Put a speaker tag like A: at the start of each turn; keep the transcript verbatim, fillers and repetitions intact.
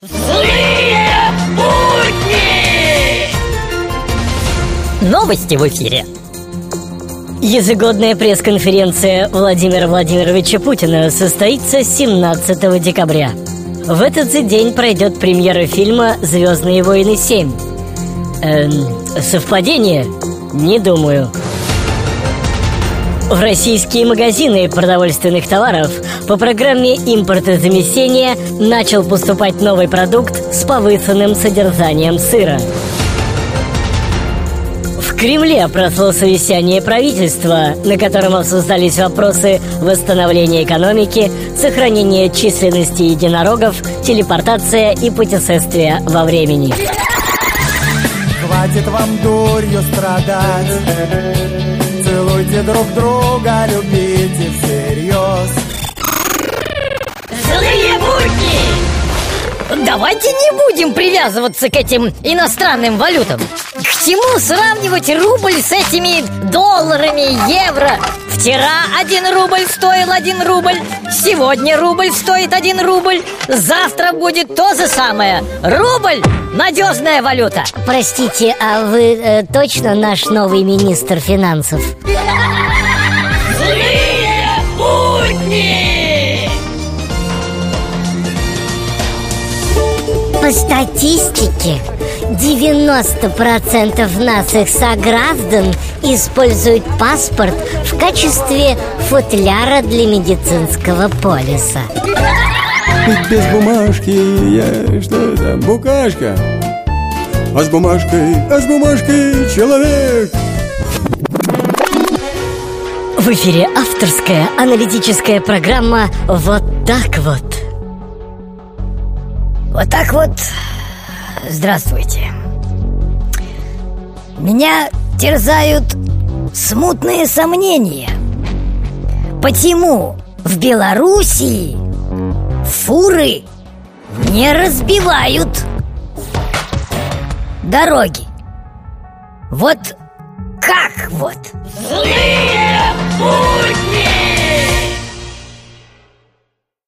A: Злые будни!
B: Новости в эфире. Ежегодная пресс-конференция Владимира Владимировича Путина состоится семнадцатого декабря. В этот же день пройдет премьера фильма «Звездные войны семь». Эм, совпадение? Не думаю. В российские магазины продовольственных товаров по программе импортозамещения начал поступать новый продукт с повышенным содержанием сыра. В Кремле прошло совещание правительства, на котором обсуждались вопросы восстановления экономики, сохранения численности единорогов, телепортация и путешествия во времени.
C: Хватит вам дурью страдать, целуйте друг друга, любите всерьез.
A: Злые будни!
B: Давайте не будем привязываться к этим иностранным валютам. К чему сравнивать рубль с этими долларами, евро? Вчера один рубль стоил один рубль, сегодня рубль стоит один рубль, завтра будет то же самое. Рубль – надежная валюта. Простите, а вы э, точно наш новый министр финансов?
A: Злые будни!
D: По статистике, девяносто процентов наших сограждан используют паспорт в качестве футляра для медицинского полиса.
E: Ведь без бумажки я, что там, букашка. А с бумажкой, а с бумажкой человек.
B: В эфире авторская аналитическая программа «Вот так вот». Вот так вот. Здравствуйте. Меня терзают смутные сомнения. Почему в Белоруссии фуры не разбивают дороги? Вот как вот?
A: Злые будни!